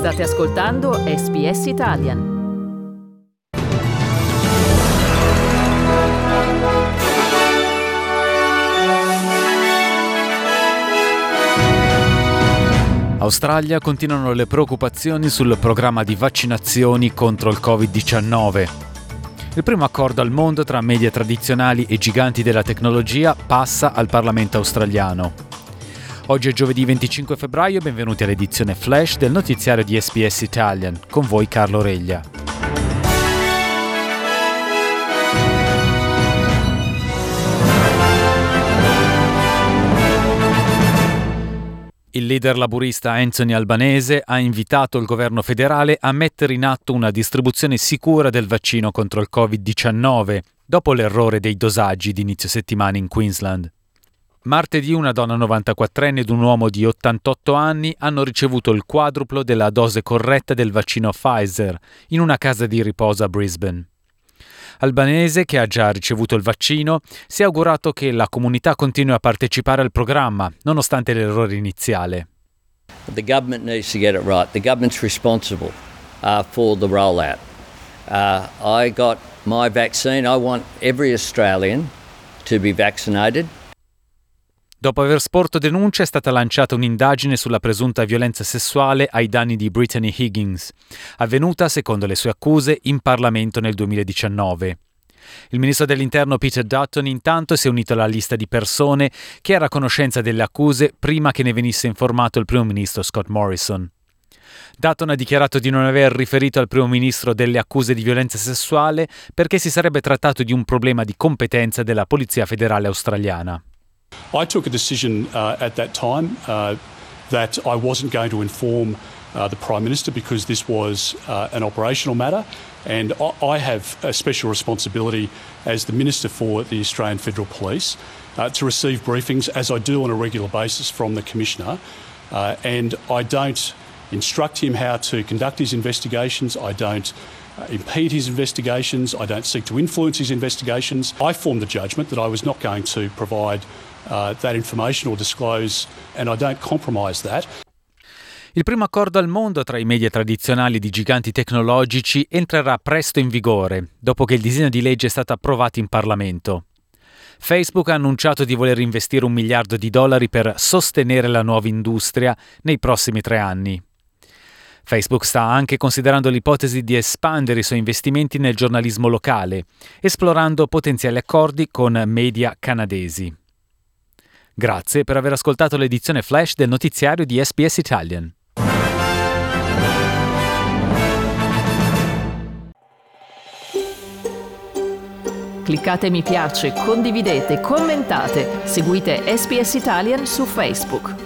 State ascoltando SBS Italian. Australia continuano le preoccupazioni sul programma di vaccinazioni contro il Covid-19. Il primo accordo al mondo tra media tradizionali e giganti della tecnologia passa al Parlamento australiano. Oggi è giovedì 25 febbraio e benvenuti all'edizione Flash del notiziario di SBS Italian. Con voi Carlo Reglia. Il leader laburista Anthony Albanese ha invitato il governo federale a mettere in atto una distribuzione sicura del vaccino contro il Covid-19, dopo l'errore dei dosaggi di inizio settimana in Queensland. Martedì una donna 94enne ed un uomo di 88 anni hanno ricevuto il quadruplo della dose corretta del vaccino Pfizer in una casa di riposo a Brisbane. Albanese, che ha già ricevuto il vaccino, si è augurato che la comunità continui a partecipare al programma, nonostante l'errore iniziale. The government needs to get it right. The government's responsible for the rollout. I got my vaccine. I want every Australian to be vaccinated. Dopo aver sporto denunce è stata lanciata un'indagine sulla presunta violenza sessuale ai danni di Brittany Higgins, avvenuta, secondo le sue accuse, in Parlamento nel 2019. Il ministro dell'Interno Peter Dutton intanto si è unito alla lista di persone che era a conoscenza delle accuse prima che ne venisse informato il primo ministro Scott Morrison. Dutton ha dichiarato di non aver riferito al primo ministro delle accuse di violenza sessuale perché si sarebbe trattato di un problema di competenza della Polizia Federale australiana. I took a decision at that time that I wasn't going to inform the Prime Minister because this was an operational matter, and I have a special responsibility as the Minister for the Australian Federal Police to receive briefings, as I do on a regular basis, from the Commissioner, and I don't instruct him how to conduct his investigations. I don't impede his investigations. I don't seek to influence his investigations. I formed the judgment that I was not going to provide that information or disclose, and I don't compromise that. Il primo accordo al mondo tra i media tradizionali di giganti tecnologici entrerà presto in vigore, dopo che il disegno di legge è stato approvato in Parlamento. Facebook ha annunciato di voler investire $1 miliardo per sostenere la nuova industria nei prossimi 3 anni. Facebook sta anche considerando l'ipotesi di espandere i suoi investimenti nel giornalismo locale, esplorando potenziali accordi con media canadesi. Grazie per aver ascoltato l'edizione Flash del notiziario di SBS Italian. Cliccate mi piace, condividete, commentate, seguite SBS Italian su Facebook.